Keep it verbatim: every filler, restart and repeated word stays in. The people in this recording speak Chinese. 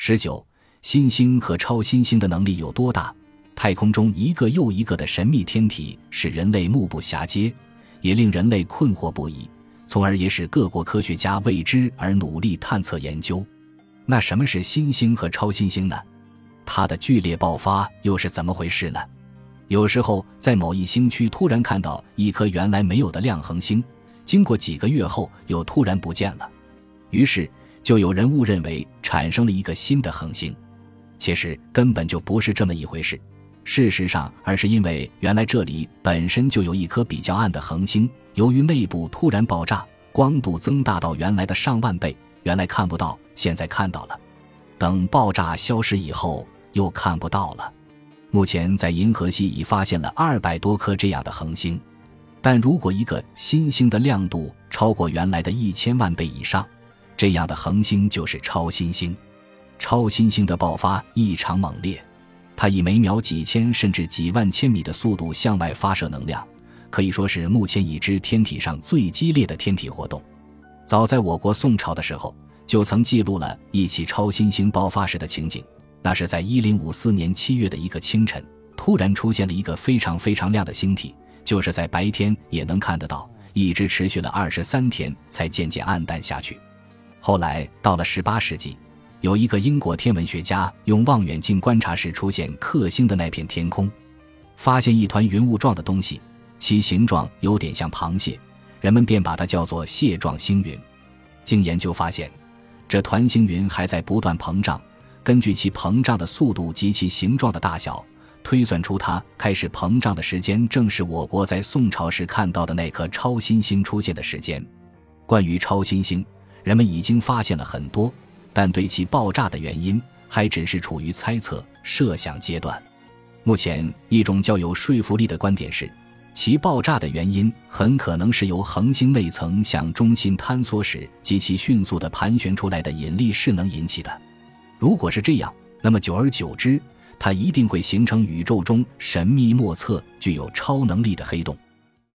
十九、新星和超新星的能力有多大？太空中一个又一个的神秘天体使人类目不暇接，也令人类困惑不已，从而也使各国科学家为之而努力探测研究。那什么是新星和超新星呢？它的剧烈爆发又是怎么回事呢？有时候在某一星区突然看到一颗原来没有的亮恒星，经过几个月后又突然不见了，于是就有人误认为产生了一个新的恒星。其实根本就不是这么一回事，事实上而是因为原来这里本身就有一颗比较暗的恒星，由于内部突然爆炸，光度增大到原来的上万倍，原来看不到，现在看到了，等爆炸消失以后又看不到了。目前在银河系已发现了二百多颗这样的恒星，但如果一个新星的亮度超过原来的一千万倍以上，这样的恒星就是超新星。超新星的爆发异常猛烈，它以每秒几千甚至几万千米的速度向外发射能量，可以说是目前已知天体上最激烈的天体活动。早在我国宋朝的时候，就曾记录了一起超新星爆发时的情景。那是在一零五四年七月的一个清晨，突然出现了一个非常非常亮的星体，就是在白天也能看得到，一直持续了二十三天才渐渐暗淡下去。后来到了十八世纪，有一个英国天文学家用望远镜观察时出现克星的那片天空，发现一团云雾状的东西，其形状有点像螃蟹，人们便把它叫做蟹状星云。经研究发现，这团星云还在不断膨胀，根据其膨胀的速度及其形状的大小，推算出它开始膨胀的时间正是我国在宋朝时看到的那颗超新星出现的时间。关于超新星，人们已经发现了很多，但对其爆炸的原因还只是处于猜测设想阶段。目前一种较有说服力的观点是，其爆炸的原因很可能是由恒星内层向中心坍缩时及其迅速地盘旋出来的引力势能引起的。如果是这样，那么久而久之，它一定会形成宇宙中神秘莫测、具有超能力的黑洞。